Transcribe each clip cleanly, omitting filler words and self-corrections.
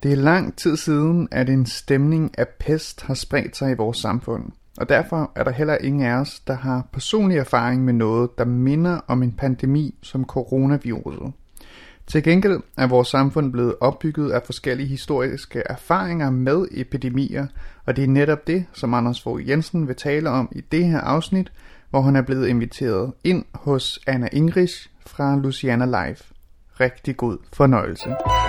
Det er lang tid siden, at en stemning af pest har spredt sig i vores samfund, og derfor er der heller ingen af os, der har personlig erfaring med noget, der minder om en pandemi som coronaviruset. Til gengæld er vores samfund blevet opbygget af forskellige historiske erfaringer med epidemier, og det er netop det, som Anders Fogh Jensen vil tale om i det her afsnit, hvor han er blevet inviteret ind hos Anna Ingrich fra Louisiana Life. Rigtig god fornøjelse.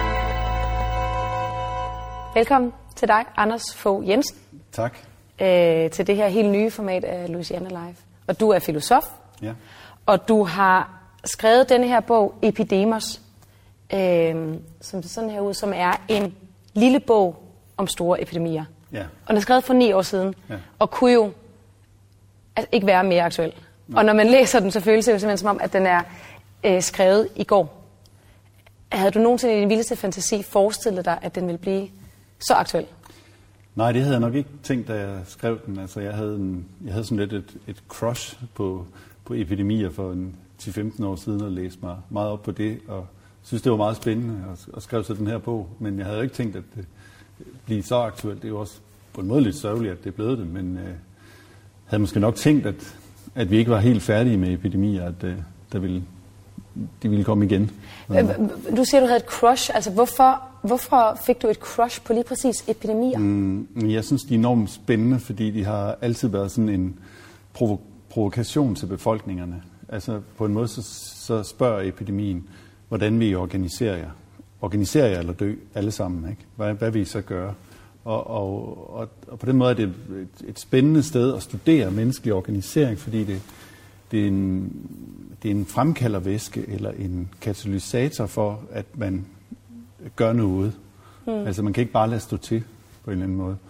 Velkommen til dig, Anders Fogh Jensen. Tak. Til det her helt nye format af Louisiana Life. Og du er filosof, Ja. og du har skrevet denne her bog, Epidemos, som ser sådan her ud, som er en lille bog om store epidemier. Ja. Og den er skrevet for 9 år siden, og kunne jo ikke være mere aktuel. Og når man læser den, så føles det jo simpelthen som om, at den er skrevet i går. Havde du nogensinde i din vildeste fantasi forestillet dig, at den ville blive så aktuel? Nej, det havde jeg nok ikke tænkt, da jeg skrev den. Altså, jeg havde sådan lidt et crush på epidemier for 10-15 år siden, og læste mig meget op på det, og synes, det var meget spændende at skrive så den her bog. Men jeg havde ikke tænkt, at det blive så aktuelt. Det er jo også på en måde lidt sørgeligt, at det blev det, men havde måske nok tænkt, at vi ikke var helt færdige med epidemier, at de ville komme igen. Du siger, du havde et crush. Altså, hvorfor fik du et crush på lige præcis epidemier? Jeg synes, de er enormt spændende, fordi de har altid været sådan en provokation til befolkningerne. Altså, på en måde så spørger epidemien, hvordan vil I organisere jer? Organiserer jer eller dø alle sammen, ikke? Hvad vil I så gøre? Og på den måde er det et spændende sted at studere menneskelig organisering, fordi det er en fremkaldervæske eller en katalysator for, at man gør noget. Altså man kan ikke bare lade stå til på en eller anden måde.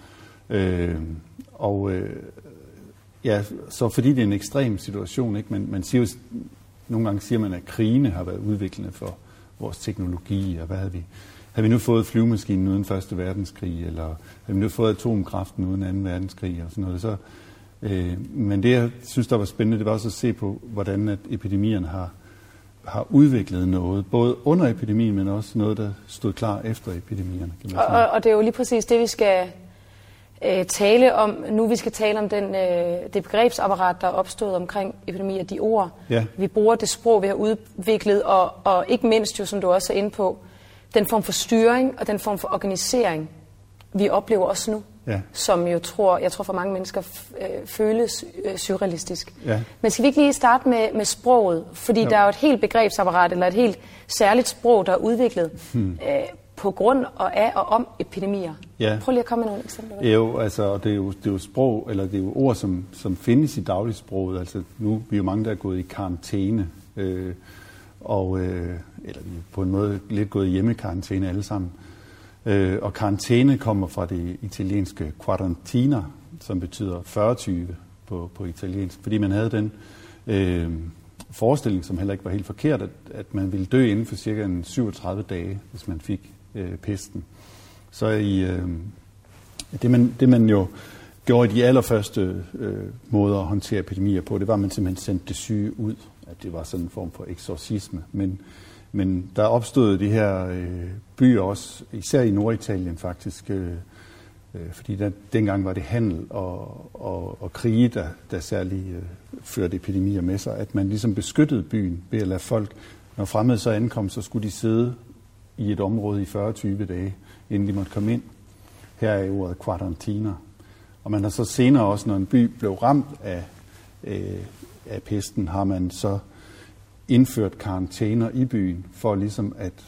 Så fordi det er en ekstrem situation, ikke? Man siger jo, nogle gange siger man, at krigene har været udviklende for vores teknologi, og hvad havde vi nu fået flyvemaskinen uden Første Verdenskrig, eller havde vi nu fået atomkraften uden Anden Verdenskrig, og sådan noget. Men det, jeg synes, der var spændende, det var også at se på, hvordan at epidemierne har udviklet noget, både under epidemien, men også noget, der stod klar efter epidemierne. Og det er jo lige præcis det, vi skal tale om nu. Vi skal tale om det begrebsapparat, der er opstået omkring epidemier, de ord. Ja. Vi bruger det sprog, vi har udviklet, og ikke mindst jo, som du også er inde på, den form for styring og den form for organisering, vi oplever også nu. Ja. Som jeg tror for mange mennesker føles surrealistisk. Ja. Men skal vi ikke lige starte med sproget? Fordi der er jo et helt begrebsapparat, eller et helt særligt sprog, der er udviklet på grund og af og om epidemier. Ja. Prøv lige at komme med nogle eksempler. Jo, altså, det er jo sprog, eller det er jo ord, som findes i dagligsproget. Altså, nu er vi jo mange, der er gået i karantæne, eller vi er på en måde lidt gået i hjemmekarantæne alle sammen. Og karantæne kommer fra det italienske quarantina, som betyder 40-20 på italiensk, fordi man havde den forestilling, som heller ikke var helt forkert, at man ville dø inden for cirka 37 dage, hvis man fik pesten. Så det man jo gjorde i de allerførste måder at håndtere epidemier på, det var, at man simpelthen sendte det syge ud. At det var sådan en form for eksorcisme. Men der opstod de her byer også, især i Norditalien faktisk, fordi dengang var det handel og krige, der særligt førte epidemier med sig, at man ligesom beskyttede byen ved at lade folk, når fremmede så ankom, så skulle de sidde i et område i 40-20 dage, inden de måtte komme ind. Her er ordet quarantina. Og man har så senere også, når en by blev ramt af pesten, har man så indført karantæner i byen, for ligesom at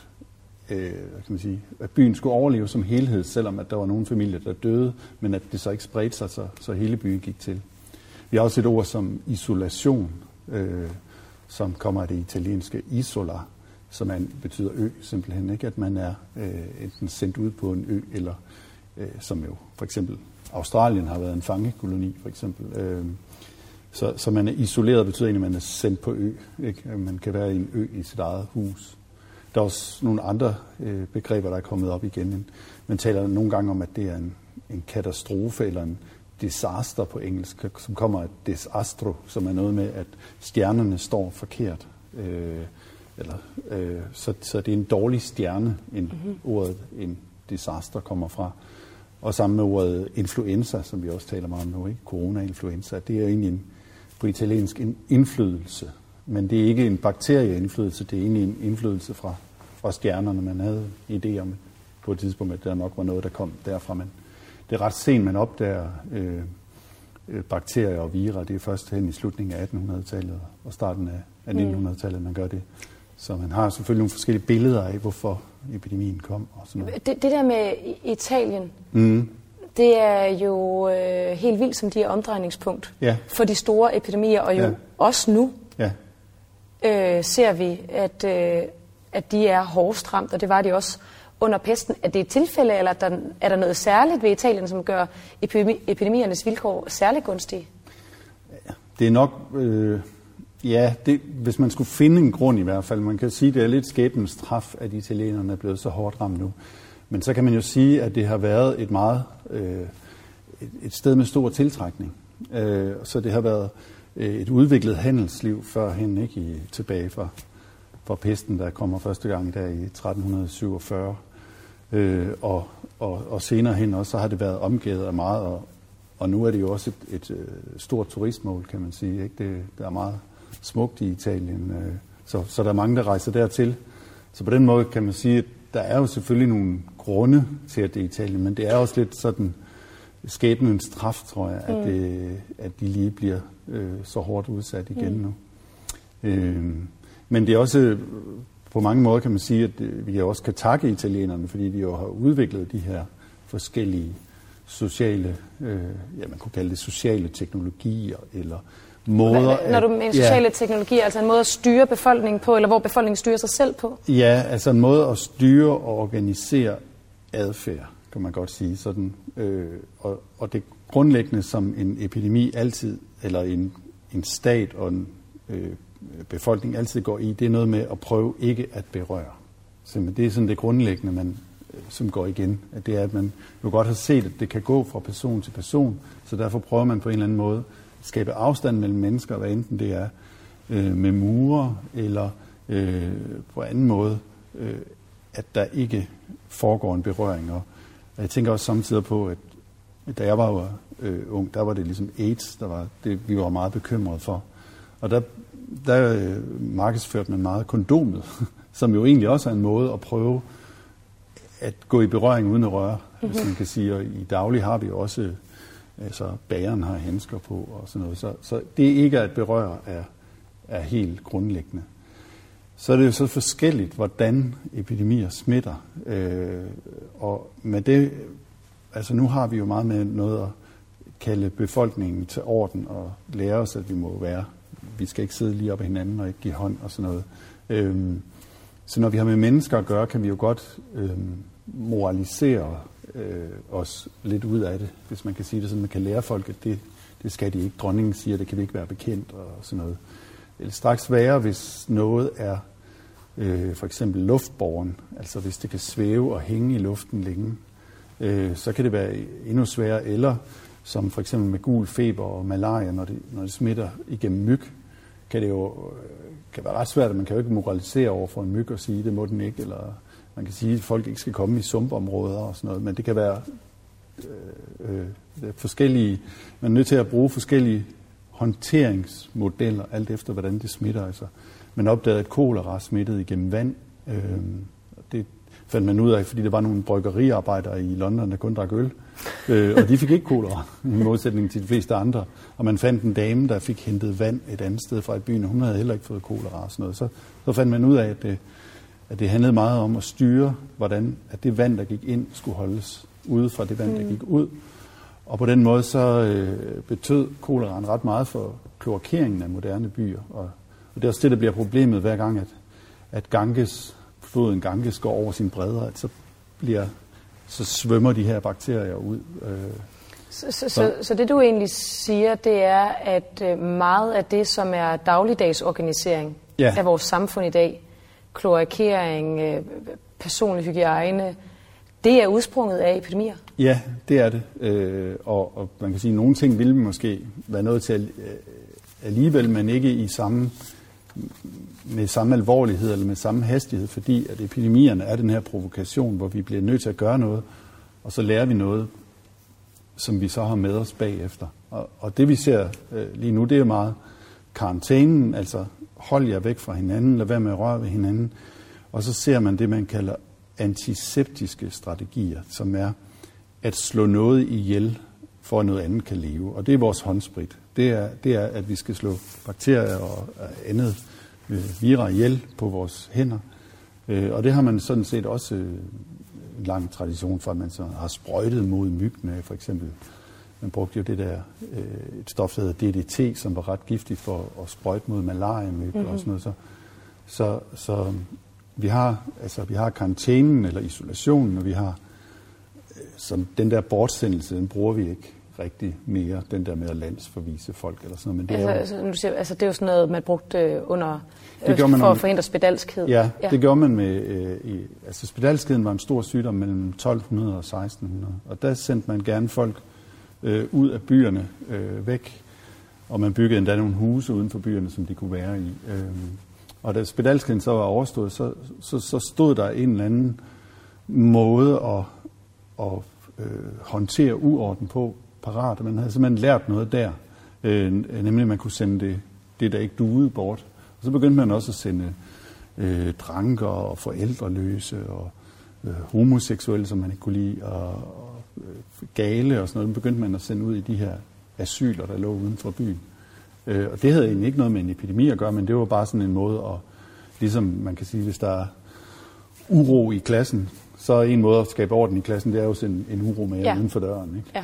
byen skulle overleve som helhed, selvom at der var nogle familier, der døde, men at det så ikke spredte sig, så hele byen gik til. Vi har også et ord som isolation, som kommer af det italienske isola, som betyder ø simpelthen, ikke? At man er enten sendt ud på en ø, eller som jo for eksempel Australien har været en fangekoloni, for eksempel. Så man er isoleret, betyder egentlig, at man er sendt på ø. Ikke? Man kan være i en ø i sit eget hus. Der er også nogle andre begreber, der er kommet op igen. Man taler nogle gange om, at det er en katastrofe eller en disaster på engelsk, som kommer af desastro, som er noget med, at stjernerne står forkert. Så det er en dårlig stjerne, ordet en disaster kommer fra. Og sammen med ordet influenza, som vi også taler meget om nu, ikke? Corona-influenza, det er jo egentlig på italiensk en indflydelse. Men det er ikke en bakterieindflydelse, det er egentlig en indflydelse fra stjernerne. Man havde idé om på et tidspunkt, at der nok var noget, der kom derfra. Men det er ret sent, man opdager bakterier og vira. Det er først hen i slutningen af 1800-tallet og starten af 1900-tallet, man gør det. Så man har selvfølgelig nogle forskellige billeder af, hvorfor epidemien kom. Og sådan noget. Det der med Italien, det er jo helt vildt, som de er omdrejningspunkt for de store epidemier, og jo også nu ser vi, at de er hårdest ramt, og det var de også under pesten. Er det et tilfælde, eller er der noget særligt ved Italien, som gør epidemiernes vilkår særligt gunstige? Det er nok... hvis man skulle finde en grund i hvert fald, man kan sige, at det er lidt skæbnens straf, at italienerne er blevet så hårdt ramt nu. Men så kan man jo sige, at det har været et meget et sted med stor tiltrækning. Så det har været et udviklet handelsliv førhen, ikke tilbage fra pesten, der kommer første gang der i 1347. Og senere hen også, så har det været omgivet af meget, og nu er det jo også et stort turistmål, kan man sige. Ikke? Det er meget smukt i Italien, så der er mange, der rejser dertil. Så på den måde kan man sige, at der er jo selvfølgelig nogle grunde til, at det er Italien, men det er også lidt sådan skæbnens straf, tror jeg, at de lige bliver så hårdt udsat igen nu. Men det er også på mange måder, kan man sige, at vi også kan takke italienerne, fordi de jo har udviklet de her forskellige sociale, man kunne kalde det sociale teknologier, eller måder... Når du mener sociale teknologier, altså en måde at styre befolkningen på, eller hvor befolkningen styrer sig selv på? Ja, altså en måde at styre og organisere adfærd, kan man godt sige. Sådan, og det grundlæggende, som en epidemi altid, eller en stat og en befolkning altid går i, det er noget med at prøve ikke at berøre. Så det er sådan det grundlæggende, som går igen. At det er, at man jo godt har set, at det kan gå fra person til person, så derfor prøver man på en eller anden måde at skabe afstand mellem mennesker, hvad enten det er med mure, eller på anden måde, at der ikke foregår en berøring. Og jeg tænker også samtidig på, at da jeg var ung, der var det ligesom AIDS, der var det, vi var meget bekymrede for. Og der markedsførte man meget kondomet, som jo egentlig også er en måde at prøve at gå i berøring uden at røre, hvis man kan sige. Og i daglig har vi jo også, altså bageren har handsker på og sådan noget. Så det ikke at berøre er helt grundlæggende. Så er det jo så forskelligt, hvordan epidemier smitter. Og med det, altså nu har vi jo meget med noget at kalde befolkningen til orden og lære os, at vi skal ikke sidde lige op ad hinanden og ikke give hånd og sådan noget. Så når vi har med mennesker at gøre, kan vi jo godt moralisere os lidt ud af det, hvis man kan sige det sådan. Man kan lære folk, at det skal de ikke. Dronningen siger, at det kan vi ikke være bekendt og sådan noget. Det vil straks være, hvis noget er for eksempel luftbåren, altså hvis det kan svæve og hænge i luften længe, så kan det være endnu sværere, eller som for eksempel med gul feber og malaria, når det smitter igennem myg, kan det jo være ret svært, at man kan jo ikke moralisere over for en myg og sige, det må den ikke, eller man kan sige, at folk ikke skal komme i sumpområder og sådan noget, men det kan være forskellige, man er nødt til at bruge forskellige håndteringsmodeller, alt efter hvordan det smitter. Altså, man opdagede, at kolera smittede igennem vand. Det fandt man ud af, fordi der var nogle bryggeriarbejdere i London, der kun drak øl. Og de fik ikke kolera, i modsætning til de fleste andre. Og man fandt en dame, der fik hentet vand et andet sted fra i byen, og hun havde heller ikke fået kolera og sådan noget. Så fandt man ud af, at det handlede meget om at styre, hvordan at det vand, der gik ind, skulle holdes ude fra det vand, der gik ud. Og på den måde så betød koleraen ret meget for kloakeringen af moderne byer. Og det er også det, der bliver problemet hver gang, at floden Ganges går over sine bredder, at så svømmer de her bakterier ud. Så det du egentlig siger, det er, at meget af det, som er dagligdags organisering af vores samfund i dag, kloakering, personlig hygiejne, det er udsprunget af epidemier? Ja, det er det. Og man kan sige, at nogle ting ville måske være noget til alligevel, men ikke i samme med samme alvorlighed eller med samme hastighed, fordi at epidemierne er den her provokation, hvor vi bliver nødt til at gøre noget, og så lærer vi noget, som vi så har med os bagefter. Og det vi ser lige nu, det er meget karantænen, altså hold jer væk fra hinanden, lad være med at røre ved hinanden, og så ser man det, man kalder antiseptiske strategier, som er at slå noget ihjel, for at noget andet kan leve. Og det er vores håndsprit. Det er, at vi skal slå bakterier og andet vira ihjel på vores hænder. Og det har man sådan set også en lang tradition for, at man så har sprøjtet mod myggene, for eksempel. Man brugte jo det der, et stof, der hedder DDT, som var ret giftigt for at sprøjte mod malariamyg og sådan noget. Så vi har karantænen eller isolationen, og vi har som den der bortsendelse, den bruger vi ikke rigtig mere, den der med at landsforvise folk eller sådan noget. Men det det er jo sådan noget, man brugte under for at forhindre spedalskhed. Ja, det gjorde man med... spedalskheden var en stor sygdom mellem 1200 og 1600, og der sendte man gerne folk ud af byerne væk, og man byggede endda nogle huse uden for byerne, som de kunne være i. Og da spedalskheden så var overstået, så stod der en eller anden måde at håndtere uorden på parat. Man havde simpelthen lært noget der, nemlig at man kunne sende det der ikke duede bort. Og så begyndte man også at sende dranker og forældreløse og homoseksuelle, som man ikke kunne lide, og gale og sådan noget. Så begyndte man at sende ud i de her asyler, der lå uden for byen. Og det havde egentlig ikke noget med en epidemi at gøre, men det var bare sådan en måde at, ligesom man kan sige, hvis der er uro i klassen, så er en måde at skabe orden i klassen, det er jo sådan en uro med uden for døren. Ikke?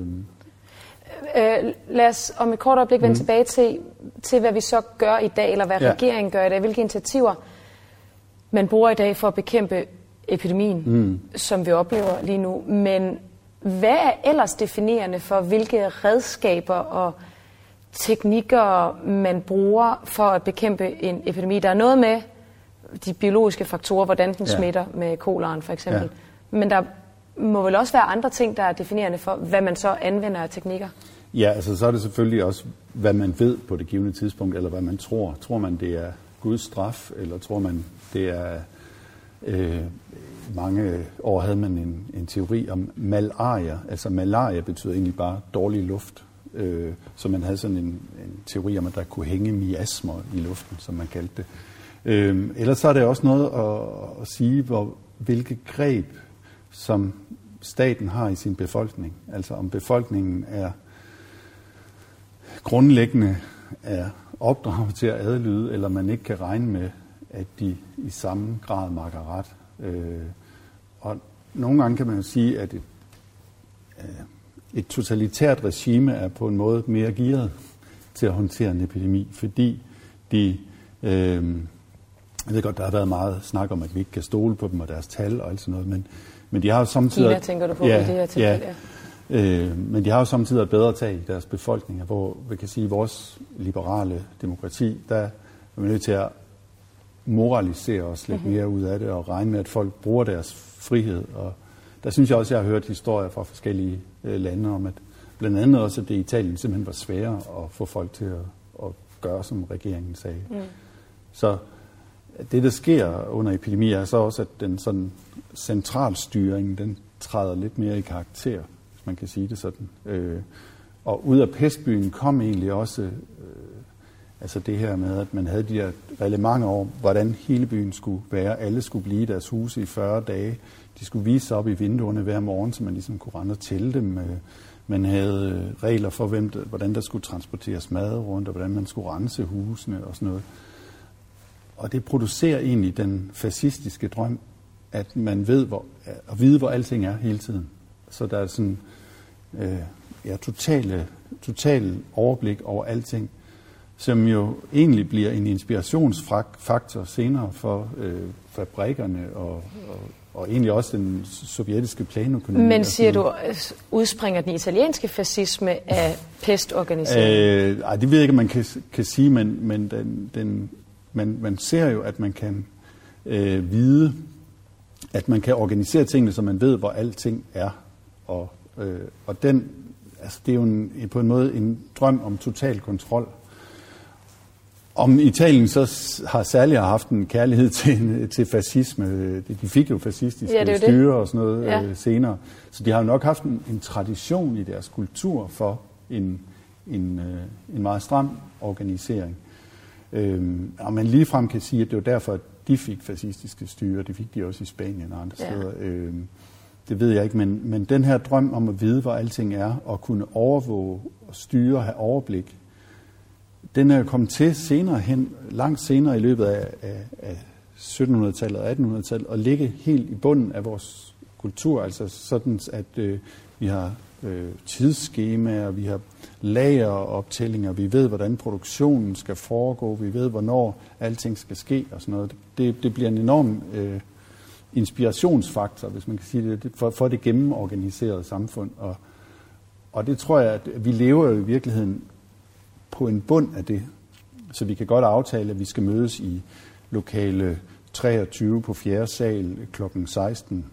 Ja. Lad os om et kort øjeblik vende tilbage til, hvad vi så gør i dag, eller hvad regeringen gør i dag, hvilke initiativer man bruger i dag for at bekæmpe epidemien, som vi oplever lige nu. Men hvad er ellers definerende for, hvilke redskaber og teknikker man bruger for at bekæmpe en epidemi? Der er noget med de biologiske faktorer, hvordan den smitter med koleraen for eksempel. Ja. Men der må vel også være andre ting, der er definerende for, hvad man så anvender af teknikker? Ja, altså så er det selvfølgelig også, hvad man ved på det givne tidspunkt, eller hvad man tror. Tror man, det er Guds straf, eller tror man, det er... mange år havde man en teori om malaria. Altså malaria betyder egentlig bare dårlig luft. Så man havde sådan en teori om, at der kunne hænge miasmer i luften, som man kaldte det. Ellers så er det også noget at sige, hvilke greb, som staten har i sin befolkning. Altså om befolkningen er grundlæggende er opdraget til at adlyde, eller man ikke kan regne med, at de i samme grad makker ret. Og nogle gange kan man jo sige, at et totalitært regime er på en måde mere gearet til at håndtere en epidemi, fordi de... jeg ved godt, der har været meget snak om, at vi ikke kan stole på dem og deres tal og alt sådan noget, men de har jo samtidig... Kina tænker du på i det her tilfælde, men de har jo samtidig et bedre tag i deres befolkninger, hvor vi kan sige, at vores liberale demokrati, der er vi nødt til at moralisere os lidt mere ud af det og regne med, at folk bruger deres frihed. Og der synes jeg også, at jeg har hørt historier fra forskellige lande om, at blandt andet også, at det i Italien simpelthen var sværere at få folk til at gøre, som regeringen sagde. Så det, der sker under epidemi, er så også, at den sådan centralstyring, den træder lidt mere i karakter, hvis man kan sige det sådan. Og ud af pestbyen kom egentlig også altså det her med, at man havde de her reglementer om, hvordan hele byen skulle være. Alle skulle blive i deres huse i 40 dage. De skulle vise sig op i vinduerne hver morgen, så man ligesom kunne rende og tælle dem. Man havde regler for, hvordan der skulle transporteres mad rundt, og hvordan man skulle rense husene og sådan noget. Og det producerer egentlig den fascistiske drøm, at man ved, hvor alting er hele tiden. Så der er sådan total overblik over alting, som jo egentlig bliver en inspirationsfaktor senere for fabrikkerne og egentlig også den sovjetiske planøkonomi. Men siger du, udspringer den italienske fascisme af pestorganiseringen? Nej, det ved jeg ikke, om man kan sige, men man ser jo, at man kan vide, at man kan organisere tingene, så man ved, hvor alting er. Og det er jo på en måde en drøm om total kontrol. Om Italien så har særligt haft en kærlighed til fascisme. De fik jo fascistiske styre og sådan noget senere. Så de har jo nok haft en tradition i deres kultur for en meget stram organisering. Og man ligefrem kan sige, at det var derfor, at de fik fascistiske styre. Det fik de også i Spanien og andre steder. Det ved jeg ikke, men den her drøm om at vide, hvor alting er, og kunne overvåge og styre og have overblik, den er kommet til senere hen, langt senere i løbet af 1700-tallet og 1800-tallet, og ligge helt i bunden af vores kultur, altså sådan, at vi har tidsskemaer, vi har lageroptællinger, vi ved, hvordan produktionen skal foregå, vi ved, hvornår alting skal ske og sådan noget. Det bliver en enorm inspirationsfaktor, hvis man kan sige det, for det gennemorganiserede samfund. Og det tror jeg, at vi lever jo i virkeligheden på en bund af det. Så vi kan godt aftale, at vi skal mødes i lokale 23 på 4. sal kl. 16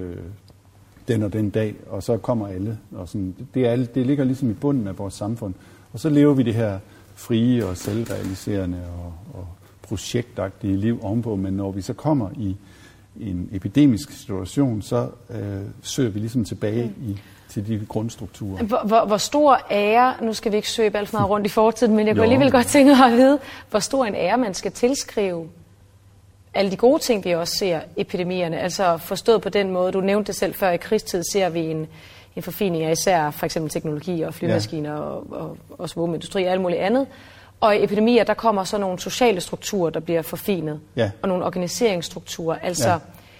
den og den dag, og så kommer alle. Og sådan, det ligger ligesom i bunden af vores samfund. Og så lever vi det her frie og selvrealiserende og projektagtige liv ovenpå, men når vi så kommer i en epidemisk situation, så søger vi ligesom tilbage til de grundstrukturer. Hvor stor ære, nu skal vi ikke søge alt for meget rundt i fortiden, men jeg kunne alligevel godt tænke mig at vide, hvor stor en ære man skal tilskrive alle de gode ting, vi også ser epidemierne. Altså forstået på den måde, du nævnte det selv før, i krigstid ser vi en forfining af især for eksempel teknologi og flymaskiner og også våbenindustri og alt muligt andet. Og i epidemier, der kommer så nogle sociale strukturer, der bliver forfinet, og nogle organiseringsstrukturer. Altså,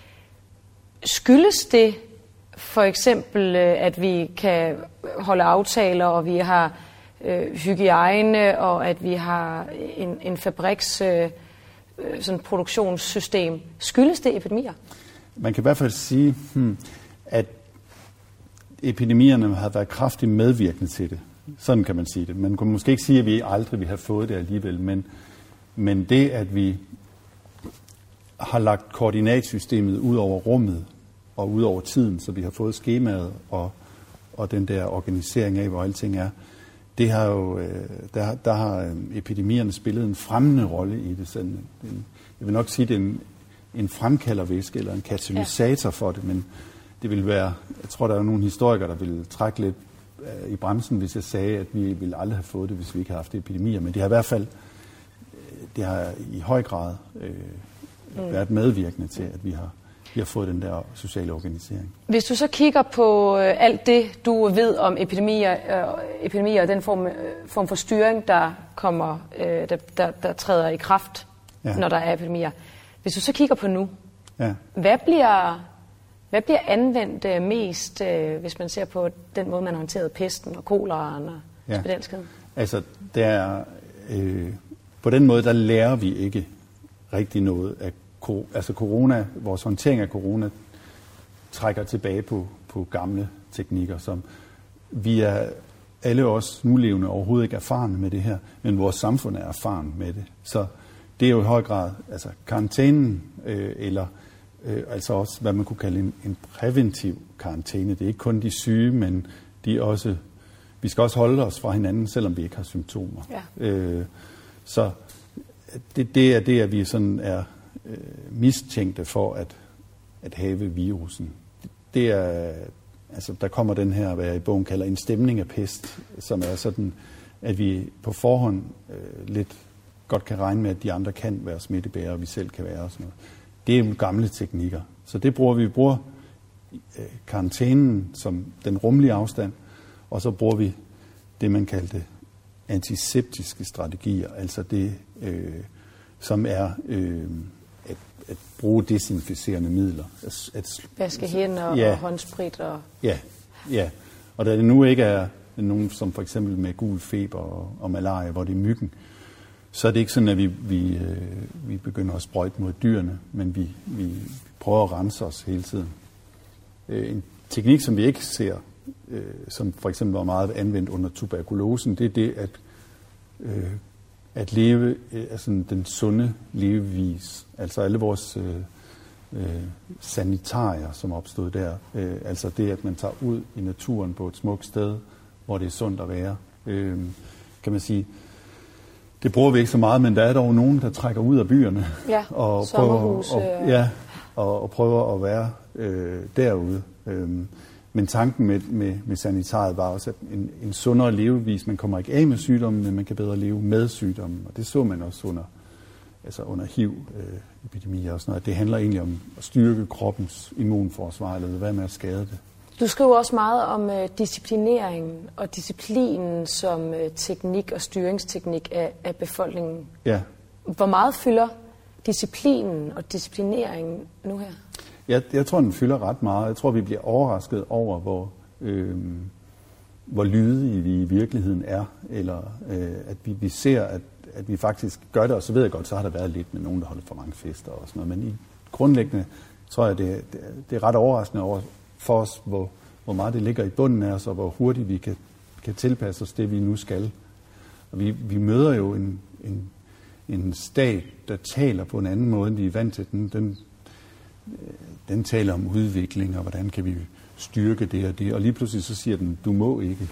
skyldes det for eksempel, at vi kan holde aftaler, og vi har hygiejne, og at vi har en fabriks sådan produktionssystem. Skyldes det epidemier? Man kan i hvert fald sige, at epidemierne har været kraftigt medvirkende til det. Sådan kan man sige det. Man kunne måske ikke sige, at vi aldrig ville have fået det alligevel, men det, at vi har lagt koordinatsystemet ud over rummet og ud over tiden, så vi har fået skemaet og den der organisering af, hvor alting er, det har jo, der har epidemierne spillet en fremmende rolle i det. Sådan jeg vil nok sige, det er en fremkaldervæske eller en katalysator for det, men det vil være, jeg tror, der er nogle historikere, der vil trække lidt i bremsen, hvis jeg sagde, at vi ville aldrig have fået det, hvis vi ikke har haft epidemier. Men det har i hvert fald, det har i høj grad været medvirkende til, at vi har fået den der sociale organisering. Hvis du så kigger på alt det, du ved om epidemier og den form for styring, der kommer, der træder i kraft, når der er epidemier. Hvis du så kigger på nu, hvad bliver anvendt mest, hvis man ser på den måde, man har håndteret pesten og koleraen og spedalskheden? Altså, på den måde, der lærer vi ikke rigtig noget af corona. Vores håndtering af corona trækker tilbage på gamle teknikker, som vi er alle os nulevende overhovedet ikke erfarne med det her, men vores samfund er erfaren med det. Så det er jo i høj grad, altså karantænen eller altså også, hvad man kunne kalde en præventiv karantæne. Det er ikke kun de syge, men vi skal også holde os fra hinanden, selvom vi ikke har symptomer. Så det er det, at vi sådan er mistænkte for at have virusen. Det er, altså der kommer den her, hvad jeg i bogen kalder en stemning af pest, som er sådan, at vi på forhånd lidt godt kan regne med, at de andre kan være smittebærere, og vi selv kan være og sådan noget. Det er jo gamle teknikker. Så det bruger vi. Vi bruger karantænen som den rumlige afstand, og så bruger vi det, man kaldte antiseptiske strategier, altså det, som er at bruge desinficerende midler. Vaske hænder og håndsprit. Ja. Og da det nu ikke er nogen, som for eksempel med gul feber og malaria, hvor det er myggen, så er det ikke sådan, at vi begynder at sprøjte mod dyrene, men vi prøver at rense os hele tiden. En teknik, som vi ikke ser, som for eksempel var meget anvendt under tuberkulosen, det er det at leve altså den sunde levevis. Altså alle vores sanitarier, som opstod der. Altså det, at man tager ud i naturen på et smukt sted, hvor det er sundt at være. Kan man sige, Det bruger vi ikke så meget, men der er dog nogen, der trækker ud af byerne. Ja, og prøver at være derude. Men tanken med sanitariet var også, at en sundere levevis. Man kommer ikke af med sygdommen, men man kan bedre leve med sygdommen. Og det så man også under HIV-epidemier og sådan noget. Det handler egentlig om at styrke kroppens immunforsvar, eller hvad med at skade det. Du skriver også meget om disciplineringen og disciplinen som teknik og styringsteknik af befolkningen. Ja. Hvor meget fylder disciplinen og disciplineringen nu her? Jeg tror, den fylder ret meget. Jeg tror, vi bliver overrasket over, hvor lydige vi i virkeligheden er. Eller at vi ser, at vi faktisk gør det. Og så ved jeg godt, så har der været lidt med nogen, der holder for mange fester og sådan noget. Men grundlæggende tror jeg, det er ret overraskende over for os, hvor meget det ligger i bunden af os, og hvor hurtigt vi kan tilpasse os det, vi nu skal. Og vi møder jo en stat, der taler på en anden måde, end vi er vant til. Den taler om udvikling, og hvordan kan vi styrke det og det. Og lige pludselig så siger den, du må ikke.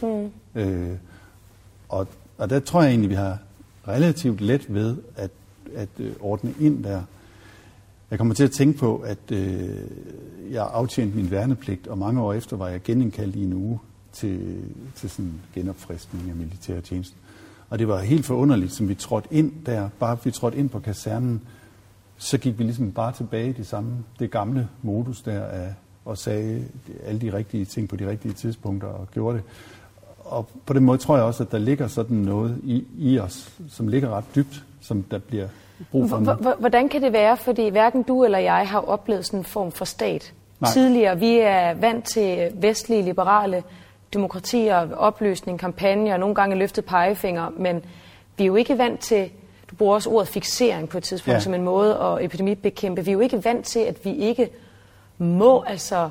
Og der tror jeg egentlig, vi har relativt let ved at ordne ind der. Jeg kommer til at tænke på, at jeg aftjente min værnepligt, og mange år efter var jeg genindkaldt i en uge til sådan genopfriskning af militærtjenesten. Og det var helt forunderligt, som vi trådte ind der. Bare vi trådte ind på kasernen, så gik vi ligesom bare tilbage i det gamle modus der og sagde alle de rigtige ting på de rigtige tidspunkter og gjorde det. Og på den måde tror jeg også, at der ligger sådan noget i os, som ligger ret dybt, som der bliver brug for. Hvordan kan det være, fordi hverken du eller jeg har oplevet sådan en form for stat tidligere? Vi er vant til vestlige, liberale demokratier, opløsning, kampagner og nogle gange løftet pegefinger, men vi er jo ikke vant til, du bruger også ordet fiksering på et tidspunkt som en måde at epidemibekæmpe. Vi er jo ikke vant til, at vi ikke må,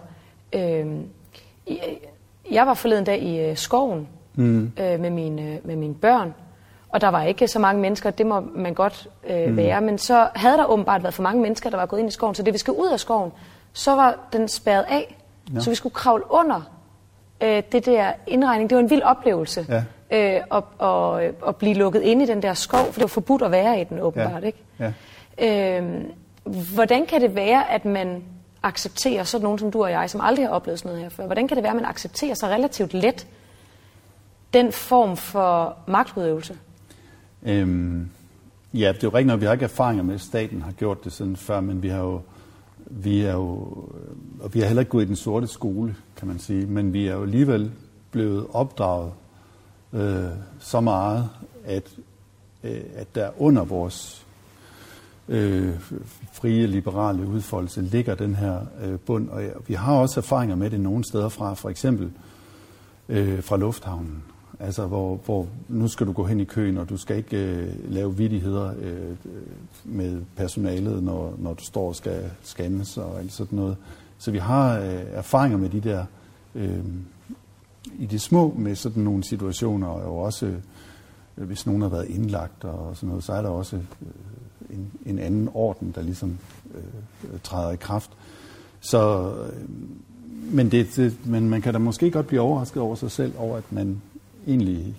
jeg var forleden dag i skoven med mine børn, og der var ikke så mange mennesker, det må man godt være, men så havde der åbenbart været for mange mennesker, der var gået ind i skoven, så det vi skal ud af skoven, så var den spærret af, så vi skulle kravle under det der indregning. Det var en vild oplevelse at blive lukket ind i den der skov, for det var forbudt at være i den åbenbart. Ikke? Ja. Hvordan kan det være, at man accepterer sådan nogen som du og jeg, som aldrig har oplevet sådan noget her før? Hvordan kan det være, at man accepterer så relativt let den form for magtudøvelse? Ja, det er jo rigtigt nok, vi har ikke erfaringer med, at staten har gjort det sådan før, men vi har heller ikke gået i den sorte skole, kan man sige, men vi er jo alligevel blevet opdraget så meget, at der under vores frie, liberale udfoldelse ligger den her bund. Og vi har også erfaringer med det nogle steder fra, for eksempel fra lufthavnen. Altså, hvor nu skal du gå hen i køen, og du skal ikke lave vittigheder med personalet, når du står og skal scannes og alt sådan noget. Så vi har erfaringer med de der, i det små med sådan nogle situationer, og også, hvis nogen har været indlagt og sådan noget, så er der også en anden orden, der ligesom træder i kraft. Så, men man kan da måske godt blive overrasket over sig selv, over at man egentlig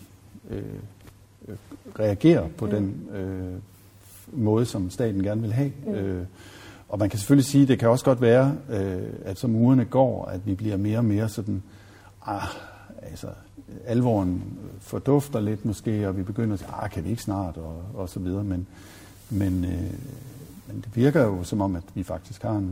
reagerer på den måde, som staten gerne vil have. Og man kan selvfølgelig sige, det kan også godt være, at som ugerne går, at vi bliver mere og mere sådan, alvoren fordufter lidt måske, og vi begynder at sige, kan vi ikke snart, og så videre. Men det virker jo som om, at vi faktisk har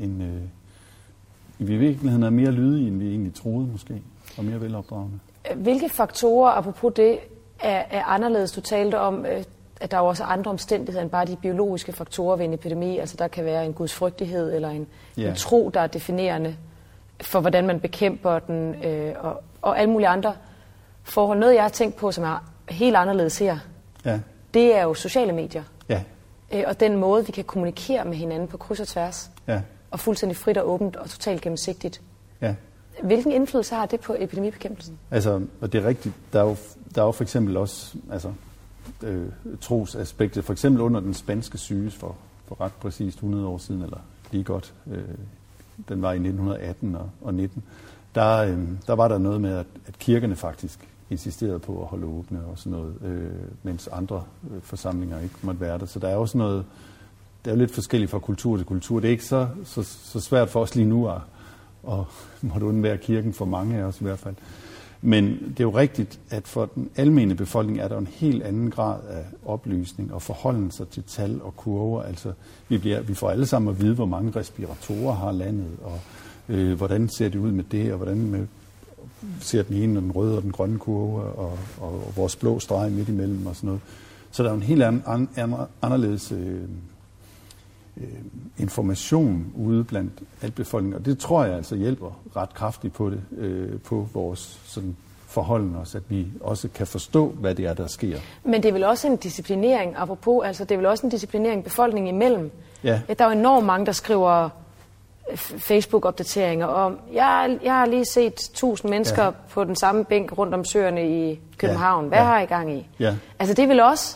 i virkeligheden er mere lydige, end vi egentlig troede måske, og mere velopdragende. Hvilke faktorer, apropos det, er anderledes? Du talte om, at der er også andre omstændigheder end bare de biologiske faktorer ved en epidemi. Altså der kan være en gudsfrygtighed eller en tro, der er definerende for, hvordan man bekæmper den, og alle mulige andre forhold. Noget, jeg har tænkt på, som er helt anderledes her, det er jo sociale medier. Ja. Og den måde, vi kan kommunikere med hinanden på kryds og tværs. Ja. Og fuldstændig frit og åbent og totalt gennemsigtigt. Ja. Hvilken indflydelse har det på epidemibekæmpelsen? Altså, og det er rigtigt, der er jo for eksempel også trosaspektet. For eksempel under den spanske syge for ret præcist 100 år siden, eller lige godt, den var i 1918 og 19. Der var der noget med, at kirkerne faktisk insisterede på at holde åbne og sådan noget, mens andre forsamlinger ikke måtte være der. Så der er også noget, det er jo lidt forskelligt fra kultur til kultur. Det er ikke så svært for os lige nu at måtte undvære kirken, for mange af os i hvert fald. Men det er jo rigtigt, at for den almene befolkning er der en helt anden grad af oplysning og forholden sig til tal og kurver. Altså, vi får alle sammen at vide, hvor mange respiratorer har landet, og hvordan ser det ud med det, og hvordan ser den ene, den røde og den grønne kurve, og vores blå streg midt imellem og sådan noget. Så der er en helt anderledes information ude blandt al befolkningen, og det tror jeg altså hjælper ret kraftigt på det, på vores sådan forholden os, at vi også kan forstå, hvad det er, der sker. Men det er vel også en disciplinering, apropos, altså det er vel også en disciplinering befolkningen imellem. Ja. Der er jo enormt mange, der skriver Facebook-opdateringer om, jeg har lige set 1000 mennesker på den samme bænk rundt om søerne i København. Hvad har I gang i? Ja. Altså det er vel også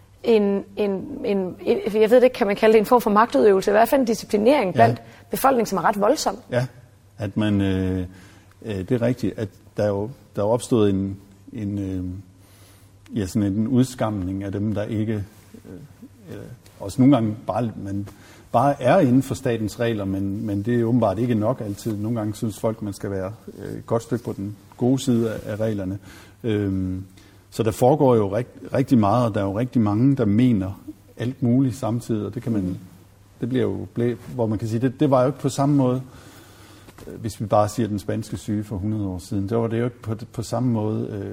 jeg ved ikke, kan man kalde det en form for magtudøvelse, i hvert fald en disciplinering blandt befolkningen, som er ret voldsom. Ja, at man, det er rigtigt, at der er opstået sådan en udskamning af dem, der ikke, også nogle gange bare er inden for statens regler, men det er åbenbart ikke nok altid. Nogle gange synes folk, man skal være et godt stykke på den gode side af reglerne. Så der foregår jo rigtig meget, og der er jo rigtig mange, der mener alt muligt samtidig, og det kan man, det bliver jo, hvor man kan sige, det var jo ikke på samme måde, hvis vi bare siger den spanske syge for 100 år siden, der var det jo ikke på samme måde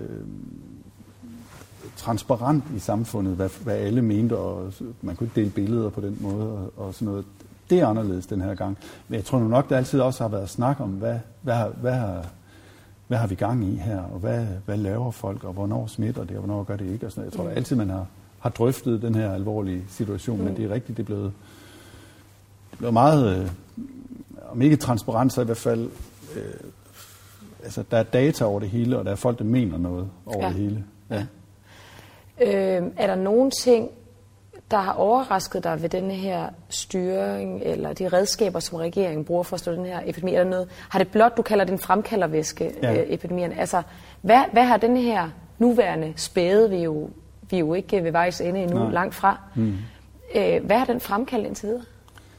transparent i samfundet, hvad alle mente, og man kunne ikke dele billeder på den måde, og sådan noget. Det er anderledes den her gang. Men jeg tror nu nok, der altid også har været snak om, hvad har vi gang i her, og hvad laver folk, og hvornår smitter det, og hvornår gør det ikke, og sådan noget. Jeg tror altid, man har drøftet den her alvorlige situation, men det er rigtigt, det er blevet meget, om ikke transparent, så i hvert fald, altså der er data over det hele, og der er folk, der mener noget over det hele. Ja. Er der nogen ting, der har overrasket dig ved denne her styring, eller de redskaber, som regeringen bruger for at stå den her epidemi, eller noget? Har det blot, du kalder den fremkaldervæske-epidemien? Altså, hvad har den her nuværende spæde, vi jo ikke ved vejs ende endnu, langt fra, hvad har den fremkaldt indtil videre?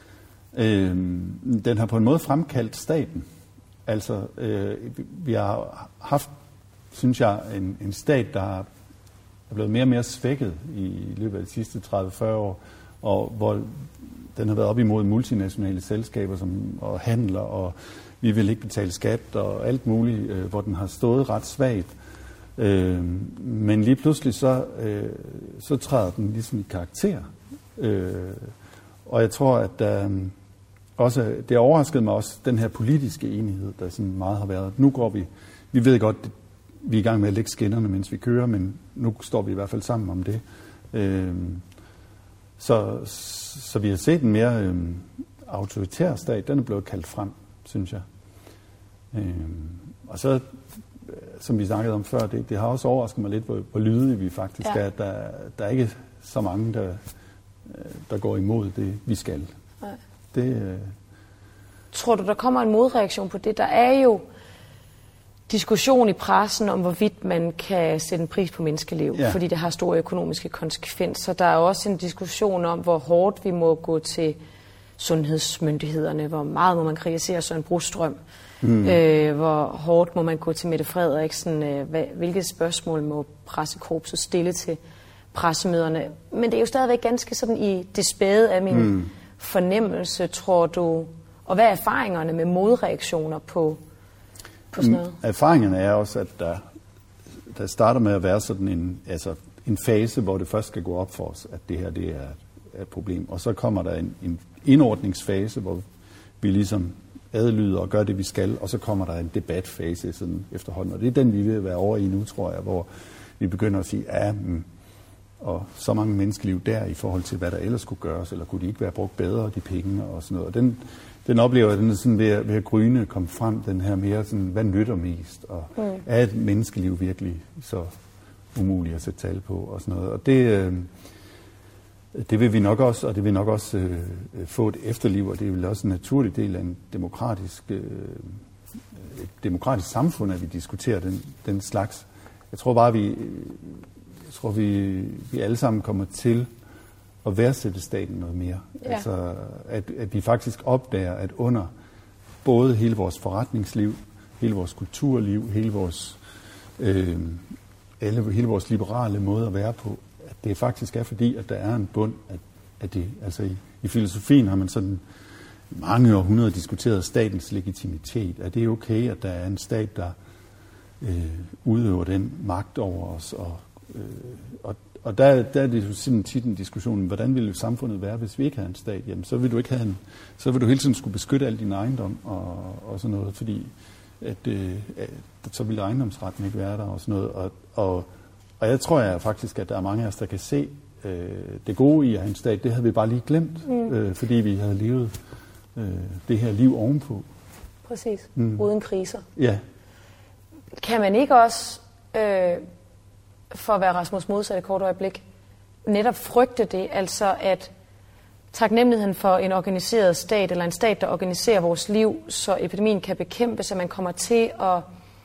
Den har på en måde fremkaldt staten. Altså, vi har haft, synes jeg, en stat, der er blevet mere og mere svækket i løbet af de sidste 30-40 år, og hvor den har været op imod multinationale selskaber og handler, og vi vil ikke betale skat og alt muligt, hvor den har stået ret svagt. Men lige pludselig så træder den ligesom i karakter. Og jeg tror, at også, det overraskede mig også, den her politiske enighed, der sådan meget har været. Nu går vi ved godt, vi er i gang med at lægge skinnerne, mens vi kører, men nu står vi i hvert fald sammen om det. Så vi har set en mere autoritær stat, den er blevet kaldt frem, synes jeg. Og så, som vi snakkede om før, det har også overrasket mig lidt, hvor lydige vi faktisk er. Der er ikke så mange, der går imod det, vi skal. Tror du, der kommer en modreaktion på det? Der er jo diskussion i pressen om, hvorvidt man kan sætte en pris på menneskeliv, fordi det har store økonomiske konsekvenser. Der er også en diskussion om, hvor hårdt vi må gå til sundhedsmyndighederne, hvor meget må man kritisere Søren Brostrøm, hvor hårdt må man gå til Mette Frederiksen, hvilke spørgsmål må pressekorpset stille til pressemøderne. Men det er jo stadigvæk ganske sådan i det spæde af min fornemmelse, tror du. Og hvad er erfaringerne med modreaktioner på sådan noget? Erfaringerne er også, at der starter med at være sådan en fase, hvor det først skal gå op for os, at det her det er et problem. Og så kommer der en indordningsfase, hvor vi ligesom adlyder og gør det, vi skal. Og så kommer der en debatfase sådan efterhånden. Og det er den, vi vil være over i nu, tror jeg, hvor vi begynder at sige, og så mange menneskeliv der i forhold til, hvad der ellers skulle gøres, eller kunne de ikke være brugt bedre, de penge og sådan noget. Og den oplever jeg, den er sådan ved at gryne komme frem, den her mere sådan, hvad nytter mest, og er et menneskeliv virkelig så umuligt at sætte tal på, og sådan noget. Og det vil vi nok også, og det vil nok også få et efterliv, og det er vel også en naturlig del af en demokratisk samfund, at vi diskuterer den slags. Jeg tror bare, vi alle sammen kommer til at værdsætte staten noget mere. Ja. Altså, at vi faktisk opdager, at under både hele vores forretningsliv, hele vores kulturliv, hele vores liberale måde at være på, at det faktisk er fordi, at der er en bund, at det, altså i filosofien har man sådan mange århundreder diskuteret statens legitimitet. Er det okay, at der er en stat, der udøver den magt over os? Og der er det jo simpelthen tit en diskussion, hvordan ville samfundet være, hvis vi ikke havde en stat? Jamen, så vil du ikke have så vil du hele tiden skulle beskytte al din ejendom og sådan noget, fordi så ville ejendomsretten ikke være der og sådan noget. Og jeg tror faktisk, at der er mange af os, der kan se det gode i at have en stat. Det havde vi bare lige glemt, fordi vi havde levet det her liv ovenpå. Præcis. Uden kriser. Ja. Kan man ikke også, for at være Rasmus Modsat et kort øjeblik, netop frygte det, altså at taknemmeligheden for en organiseret stat, eller en stat, der organiserer vores liv, så epidemien kan bekæmpes, så man kommer til at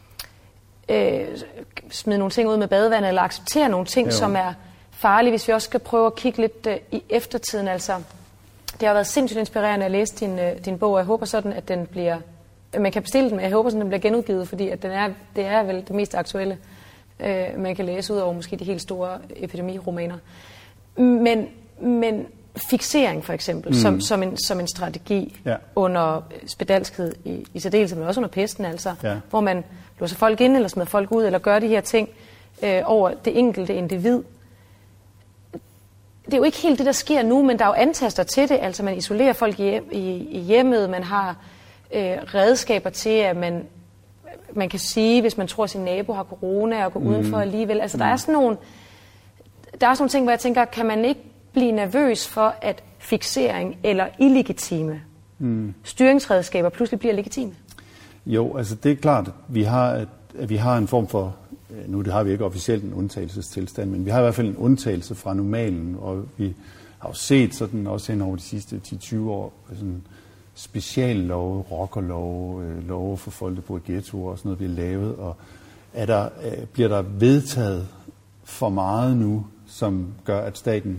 smide nogle ting ud med badevandet, eller acceptere nogle ting, som er farlige, hvis vi også skal prøve at kigge lidt i eftertiden. Altså, det har været sindssygt inspirerende at læse din bog, og jeg håber sådan, at den bliver... Man kan bestille den, men jeg håber sådan, at den bliver genudgivet, fordi at det er vel det mest aktuelle, man kan læse ud over måske de helt store epidemiromaner. Men fiksering for eksempel, som en strategi under spedalskhed i særdeleshed, men også under pesten, altså, hvor man låser folk ind eller smider folk ud, eller gør de her ting over det enkelte individ. Det er jo ikke helt det, der sker nu, men der er jo antaster til det. Altså man isolerer folk i hjemmet, man har redskaber til, at man kan sige, hvis man tror, at sin nabo har corona, og gå udenfor alligevel. Altså der er sådan nogle ting, hvor jeg tænker, kan man ikke blive nervøs for, at fiksering eller illegitime styringsredskaber pludselig bliver legitime? Jo, altså det er klart, at vi har en form for, nu det har vi ikke officielt en undtagelsestilstand, men vi har i hvert fald en undtagelse fra normalen, og vi har jo set sådan også hen over de sidste 10-20 år, sådan speciallove, rockerlove, love for folk, der bor i ghettoer og sådan noget, bliver lavet, og bliver der vedtaget for meget nu, som gør, at staten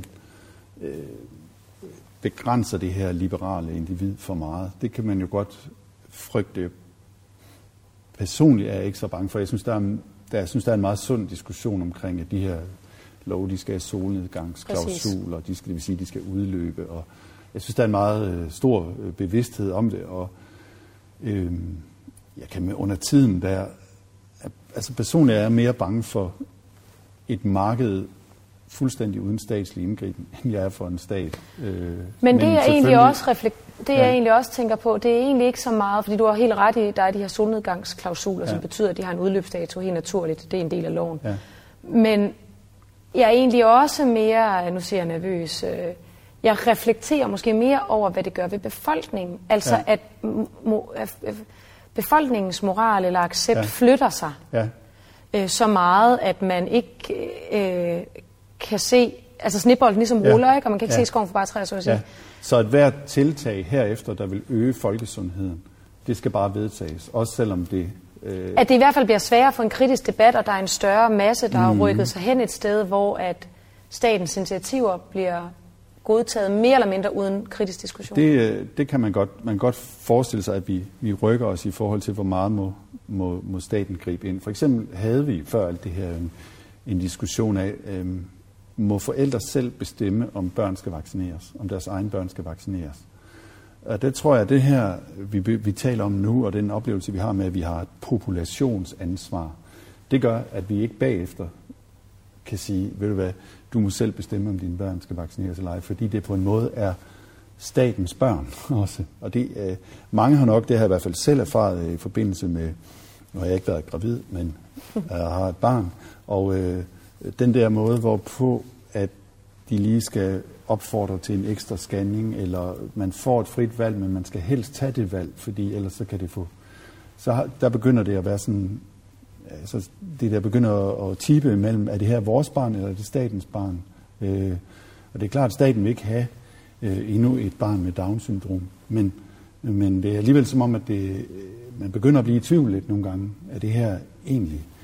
begrænser det her liberale individ for meget. Det kan man jo godt frygte. Personligt er jeg ikke så bange for. Jeg synes, der er en meget sund diskussion omkring, at de her love, de skal have solnedgangsklausuler, det vil sige, de skal udløbe. Og jeg synes, der er en meget stor bevidsthed om det. Og jeg kan med under tiden altså personligt er jeg mere bange for et marked fuldstændig uden statslig indgriben, end jeg er for en stat. Men det jeg egentlig også tænker på, det er egentlig ikke så meget, fordi du har helt ret i, der er de her solnedgangsklausuler, som betyder, at de har en udløbsdato helt naturligt. Det er en del af loven. Ja. Men jeg er egentlig også mere, nu siger jeg nervøs, jeg reflekterer måske mere over, hvad det gør ved befolkningen. Altså at befolkningens moral eller accept flytter sig så meget, at man ikke kan se, altså snibbolden ligesom ruller, ikke? Og man kan ikke se skoven for bare træer, så at sige. Så et hvert tiltag herefter, der vil øge folkesundheden, det skal bare vedtages, også selvom det... At det i hvert fald bliver sværere for en kritisk debat, og der er en større masse, der har rykket sig hen et sted, hvor at statens initiativer bliver godtaget mere eller mindre uden kritisk diskussion. Det kan man godt forestille sig, at vi rykker os i forhold til, hvor meget må staten gribe ind. For eksempel havde vi før alt det her en diskussion af, må forældre selv bestemme, om børn skal vaccineres, om deres egen børn skal vaccineres. Og det tror jeg, at det her, vi taler om nu, og den oplevelse, vi har med, at vi har et populationsansvar, det gør, at vi ikke bagefter kan sige, ved du hvad, du må selv bestemme, om dine børn skal vaccineres eller ej, fordi det på en måde er statens børn også. Og det, mange har nok, det har jeg i hvert fald selv erfaret i forbindelse med, nu har jeg ikke været gravid, men jeg har et barn, og den der måde, hvorpå at de lige skal opfordre til en ekstra scanning, eller man får et frit valg, men man skal helst tage det valg, fordi ellers så kan det få... Så der begynder det at være sådan... Altså det der begynder at tippe imellem, er det her vores barn, eller er det statens barn? Og det er klart, at staten vil ikke have endnu et barn med Down-syndrom, men det er alligevel som om, at man begynder at blive i tvivl lidt nogle gange, er det her egentlig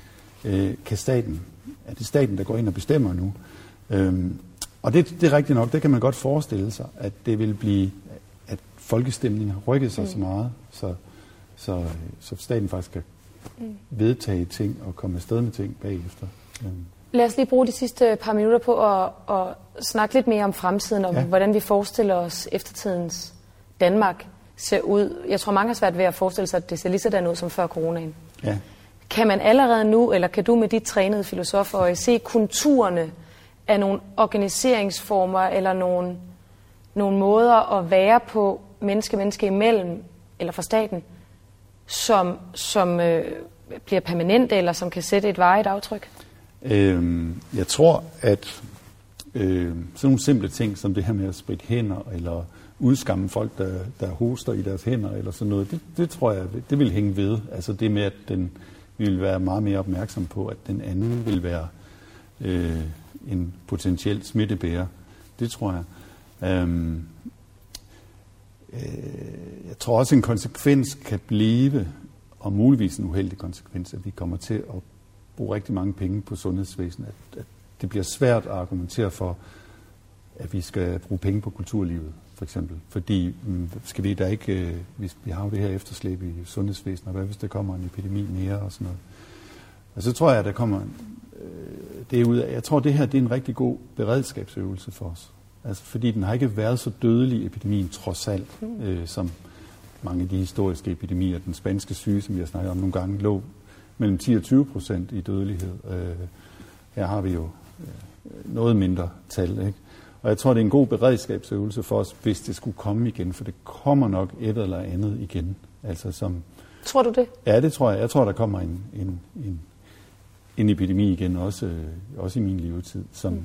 er det staten, der går ind og bestemmer nu? Og det er rigtigt nok, det kan man godt forestille sig, at det vil blive, at folkestemningen har rykket sig så meget, så staten faktisk kan vedtage ting og komme afsted med ting bagefter. Lad os lige bruge de sidste par minutter på at snakke lidt mere om fremtiden, og hvordan vi forestiller os eftertidens Danmark ser ud. Jeg tror, mange har svært ved at forestille sig, at det ser lige sådan ud som før coronaen. Ja. Kan man allerede nu, eller kan du med de trænede filosofer se konturerne af nogle organiseringsformer, eller nogle måder at være på menneske imellem, eller for staten, som bliver permanente, eller som kan sætte et varigt aftryk? Jeg tror, at sådan nogle simple ting, som det her med at spritte hænder, eller udskamme folk, der hoster i deres hænder, eller sådan noget, det tror jeg, det vil hænge ved. Altså det med, at vi vil være meget mere opmærksom på, at den anden vil være en potentiel smittebærer. Det tror jeg. Jeg tror også, en konsekvens kan blive, og muligvis en uheldig konsekvens, at vi kommer til at bruge rigtig mange penge på sundhedsvæsenet. At det bliver svært at argumentere for, at vi skal bruge penge på kulturlivet, for eksempel. Fordi skal vi da ikke, vi har jo det her efterslæb i sundhedsvæsenet, og hvad hvis der kommer en epidemi mere og sådan noget. Og så tror jeg, at der kommer det ud af. Jeg tror, det her det er en rigtig god beredskabsøvelse for os. Altså, fordi den har ikke været så dødelig, epidemien trods alt, som mange af de historiske epidemier. Den spanske syge, som vi har snakket om nogle gange, lå mellem 10 og 20% i dødelighed. Her har vi jo noget mindre tal, ikke? Og jeg tror, det er en god beredskabsøvelse for os, hvis det skulle komme igen, for det kommer nok et eller andet igen. Altså som, tror du det? Ja, det tror jeg. Jeg tror, der kommer en epidemi igen, også i min levetid. Som,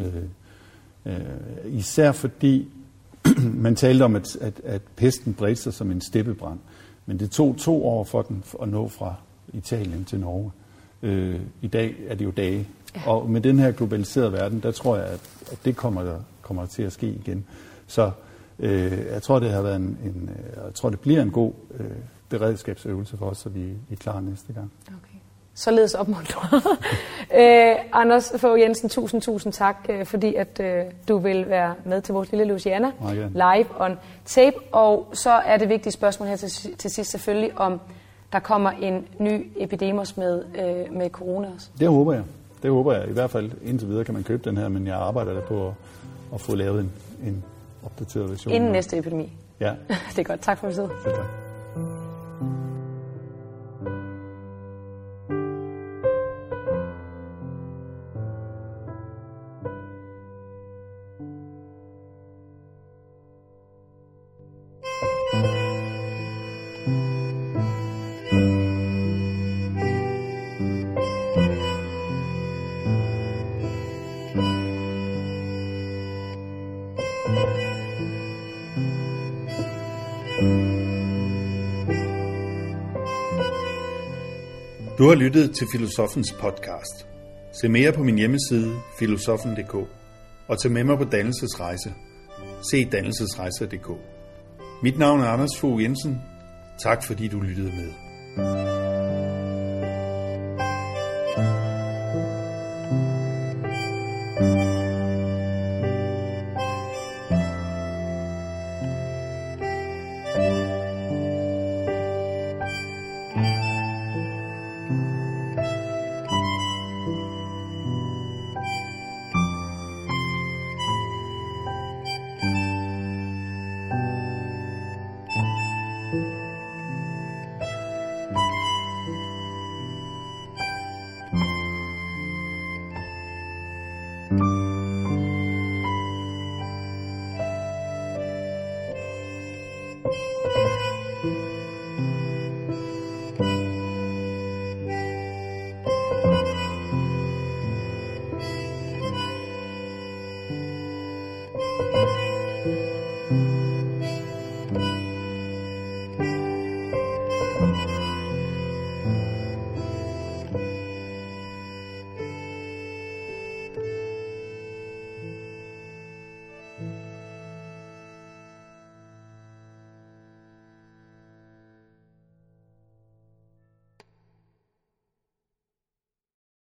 især fordi man talte om, at pesten bredte sig som en steppebrand. Men det tog 2 år for den at nå fra Italien til Norge. I dag er det jo dage. Ja. Og med den her globaliserede verden, der tror jeg, at det kommer til at ske igen. Så jeg tror, det har været jeg tror, det bliver en god beredskabsøvelse for os, så vi er klar næste gang. Okay. Således opmuntret. Anders Fogh Jensen, tusind tak, fordi at du vil være med til vores lille Louisiana live on tape. Og så er det vigtige spørgsmål her til sidst selvfølgelig, om der kommer en ny epidemos med corona også. Det håber jeg. Det håber jeg. I hvert fald indtil videre kan man købe den her, men jeg arbejder der på at få lavet en opdateret version. Inden næste epidemi. Ja. Det er godt. Tak for at du sidder. Det er godt. Du har lyttet til Filosofens podcast. Se mere på min hjemmeside filosofen.dk og tag med mig på dannelsesrejse. Se dannelsesrejser.dk. Mit navn er Anders Fogh Jensen. Tak fordi du lyttede med.